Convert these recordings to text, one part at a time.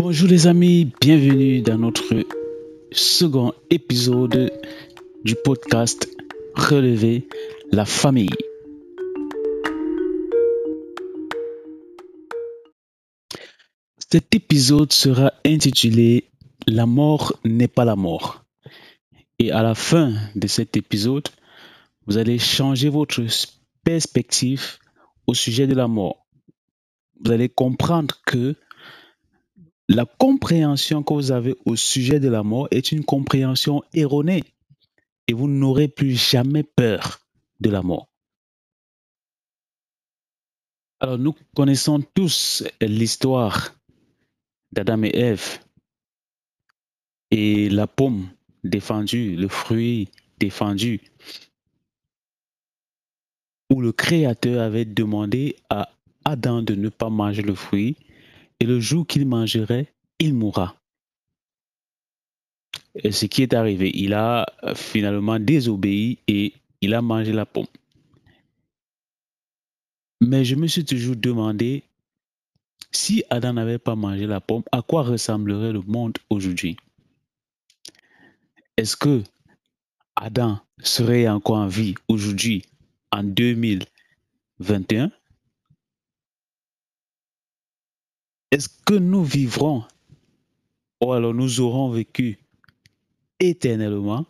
Bonjour les amis, bienvenue dans notre second épisode du podcast Relever la famille. Cet épisode sera intitulé La mort n'est pas la mort. Et à la fin de cet épisode, vous allez changer votre perspective au sujet de la mort. Vous allez comprendre que la compréhension que vous avez au sujet de la mort est une compréhension erronée et vous n'aurez plus jamais peur de la mort. Alors, nous connaissons tous l'histoire d'Adam et Ève et la pomme défendue, le fruit défendu, où le Créateur avait demandé à Adam de ne pas manger le fruit et le jour qu'il mangerait, il mourra. Et ce qui est arrivé, il a finalement désobéi et il a mangé la pomme. Mais je me suis toujours demandé, si Adam n'avait pas mangé la pomme, à quoi ressemblerait le monde aujourd'hui? Est-ce que Adam serait encore en vie aujourd'hui en 2021? Est-ce que nous vivrons ou alors nous aurons vécu éternellement?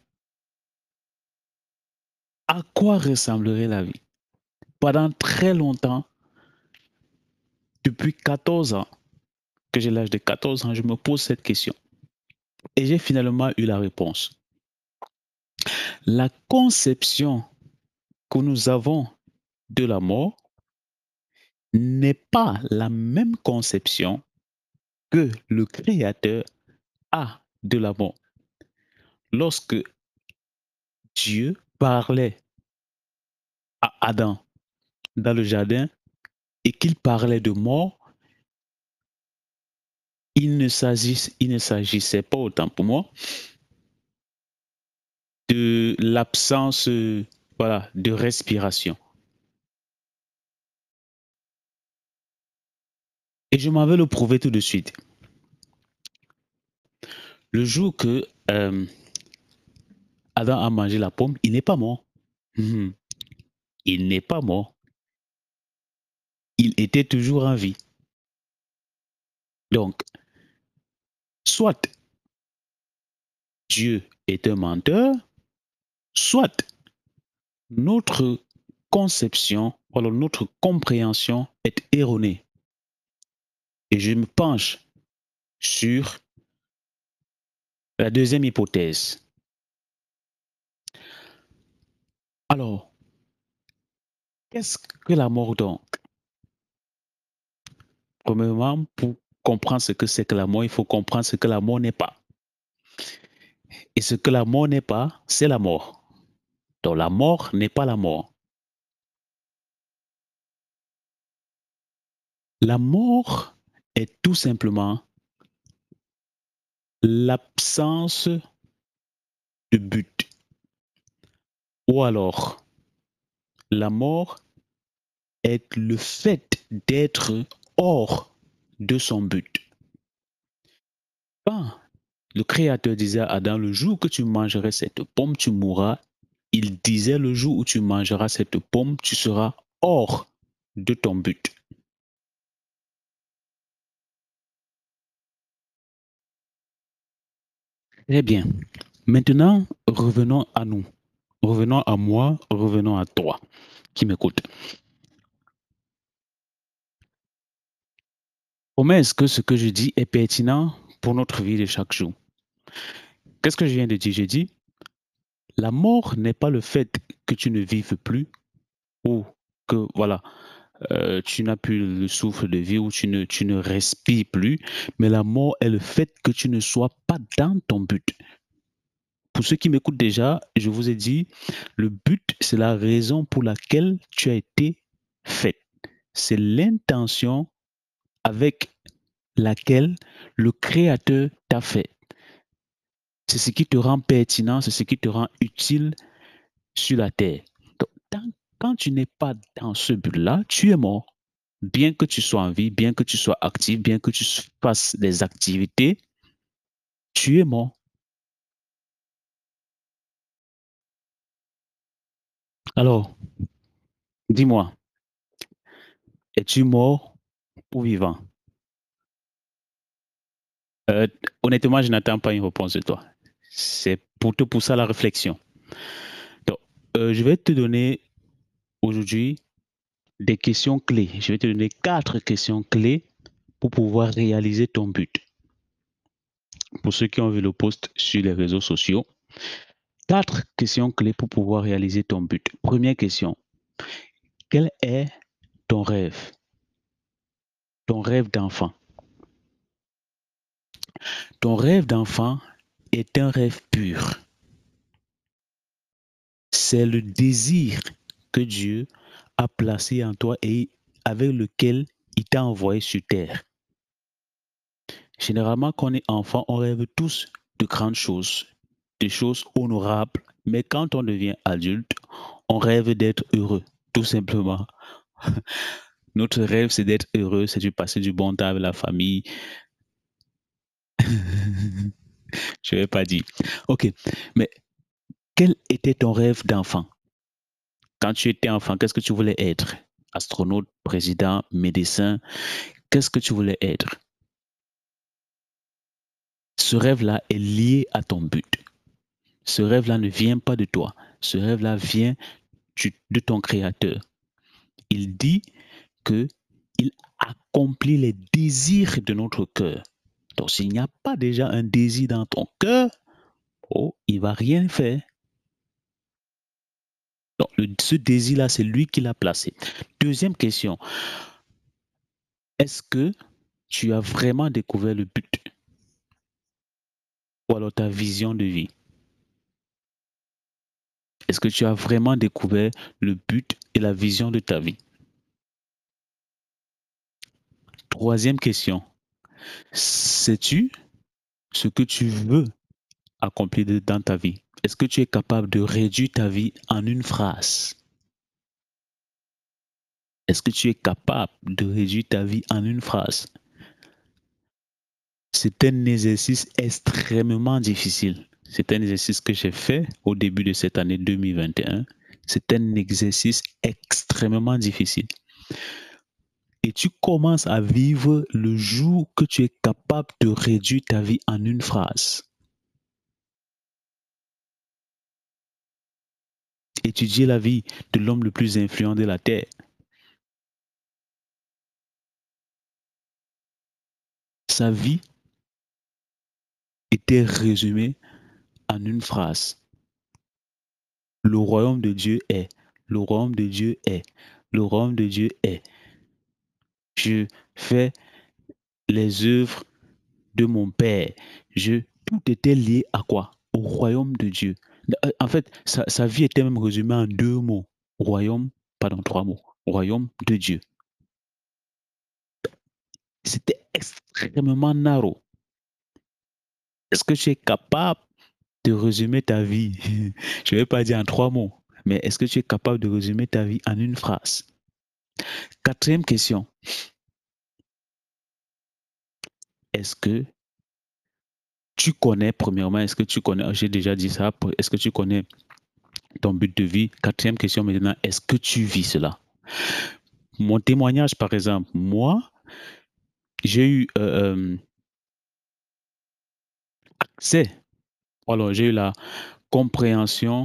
À quoi ressemblerait la vie? Pendant très longtemps, depuis 14 ans, que j'ai l'âge de 14 ans, je me pose cette question. Et j'ai finalement eu la réponse. La conception que nous avons de la mort n'est pas la même conception que le Créateur a de la mort. Lorsque Dieu parlait à Adam dans le jardin et qu'il parlait de mort, il ne s'agissait pas, autant pour moi, de l'absence de respiration. Et je m'en vais le prouver tout de suite. Le jour que Adam a mangé la pomme, il n'est pas mort. Il n'est pas mort. Il était toujours en vie. Donc, soit Dieu est un menteur, soit notre conception, alors notre compréhension est erronée. Et je me penche sur la deuxième hypothèse. Alors, qu'est-ce que la mort donc? Premièrement, pour comprendre ce que c'est que la mort, il faut comprendre ce que la mort n'est pas. Et ce que la mort n'est pas, c'est la mort. Donc la mort n'est pas la mort. La mort est tout simplement l'absence de but. Ou alors, la mort est le fait d'être hors de son but. Quand le Créateur disait à Adam, le jour que tu mangerais cette pomme, tu mourras, il disait, le jour où tu mangeras cette pomme, tu seras hors de ton but. Très bien. Maintenant, revenons à nous. Revenons à moi, revenons à toi qui m'écoute. Comment est-ce que ce que je dis est pertinent pour notre vie de chaque jour? Qu'est-ce que je viens de dire? J'ai dit, la mort n'est pas le fait que tu ne vives plus ou que tu n'as plus le souffle de vie ou tu ne respires plus, mais la mort est le fait que tu ne sois pas dans ton but. Pour ceux qui m'écoutent déjà, je vous ai dit, le but, c'est la raison pour laquelle tu as été fait. C'est l'intention avec laquelle le Créateur t'a fait. C'est ce qui te rend pertinent, c'est ce qui te rend utile sur la terre. Donc, quand tu n'es pas dans ce but-là, tu es mort. bien que tu sois en vie, bien que tu sois actif, bien que tu fasses des activités, tu es mort. Alors, dis-moi, es-tu mort ou vivant? Heu, Honnêtement, je n'attends pas une réponse de toi. C'est pour te pousser à la réflexion. Donc, je vais te donner aujourd'hui des questions clés. Je vais te donner 4 questions clés pour pouvoir réaliser ton but. Pour ceux qui ont vu le post sur les réseaux sociaux, 4 questions clés pour pouvoir réaliser ton but. Première question, quel est ton rêve? Ton rêve d'enfant? Ton rêve d'enfant est un rêve pur. C'est le désir que Dieu a placé en toi et avec lequel il t'a envoyé sur terre. Généralement, quand on est enfant, on rêve tous de grandes choses, des choses honorables, mais quand on devient adulte, on rêve d'être heureux, tout simplement. Notre rêve, c'est d'être heureux, c'est de passer du bon temps avec la famille. Je ne vais pas dire. Ok, mais quel était ton rêve d'enfant? Quand tu étais enfant, qu'est-ce que tu voulais être? Astronaute, président, médecin, qu'est-ce que tu voulais être? Ce rêve-là est lié à ton but. Ce rêve-là ne vient pas de toi. Ce rêve-là vient de ton créateur. Il dit que il accomplit les désirs de notre cœur. Donc, s'il n'y a pas déjà un désir dans ton cœur, oh, il va rien faire. Donc, ce désir-là, c'est lui qui l'a placé. Deuxième question, est-ce que tu as vraiment découvert le but ou alors ta vision de vie? Est-ce que tu as vraiment découvert le but et la vision de ta vie? Troisième question, sais-tu ce que tu veux accomplir dans ta vie? Est-ce que tu es capable de réduire ta vie en une phrase? Est-ce que tu es capable de réduire ta vie en une phrase? C'est un exercice extrêmement difficile. C'est un exercice que j'ai fait au début de cette année 2021. C'est un exercice extrêmement difficile. Et tu commences à vivre le jour que tu es capable de réduire ta vie en une phrase. Étudier la vie de l'homme le plus influent de la Terre. Sa vie était résumée en une phrase. Le royaume de Dieu est. Le royaume de Dieu est. Le royaume de Dieu est. Je fais les œuvres de mon Père. Tout était lié à quoi? Au royaume de Dieu. En fait, sa vie était même résumée en 2 mots. Royaume, pardon, 3 mots. Royaume de Dieu. C'était extrêmement narrow. Est-ce que tu es capable de résumer ta vie? Je ne vais pas dire en 3 mots, mais est-ce que tu es capable de résumer ta vie en une phrase? Quatrième question. Est-ce que tu connais, premièrement, est-ce que tu connais, j'ai déjà dit ça, est-ce que tu connais ton but de vie? Quatrième question maintenant, est-ce que tu vis cela? Mon témoignage, par exemple, moi, j'ai eu accès, alors j'ai eu la compréhension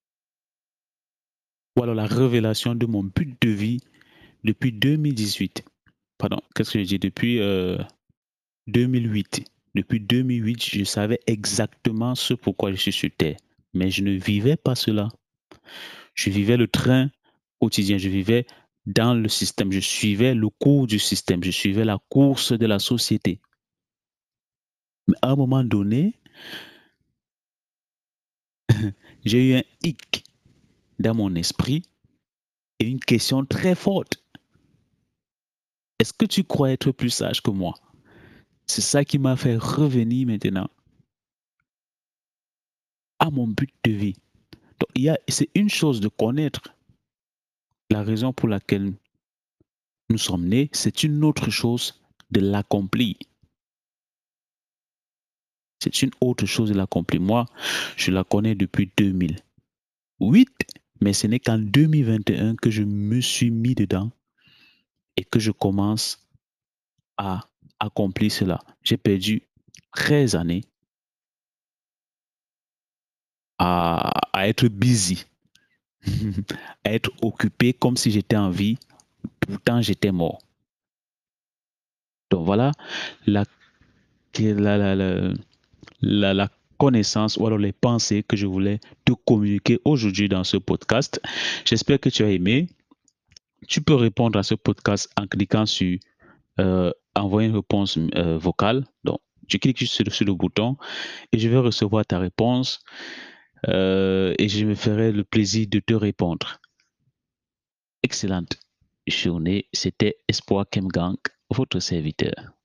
ou alors la révélation de mon but de vie depuis 2018. Pardon, qu'est-ce que je dis? Depuis 2008. Depuis 2008, je savais exactement ce pourquoi je suis sur Terre. Mais je ne vivais pas cela. Je vivais le train quotidien, je vivais dans le système, je suivais le cours du système, je suivais la course de la société. Mais à un moment donné, j'ai eu un hic dans mon esprit et une question très forte. Est-ce que tu crois être plus sage que moi? C'est ça qui m'a fait revenir maintenant à mon but de vie. Donc, c'est une chose de connaître la raison pour laquelle nous sommes nés, c'est une autre chose de l'accomplir. C'est une autre chose de l'accomplir. Moi, je la connais depuis 2008, mais ce n'est qu'en 2021 que je me suis mis dedans et que je commence à accomplir cela. J'ai perdu 13 années à être busy, à être occupé comme si j'étais en vie, pourtant j'étais mort. Donc voilà la, la connaissance ou alors les pensées que je voulais te communiquer aujourd'hui dans ce podcast. J'espère que tu as aimé. Tu peux répondre à ce podcast en cliquant sur envoyer une réponse vocale. Donc, tu cliques juste sur le bouton et je vais recevoir ta réponse et je me ferai le plaisir de te répondre. Excellente journée. C'était Espoir Kemgang, votre serviteur.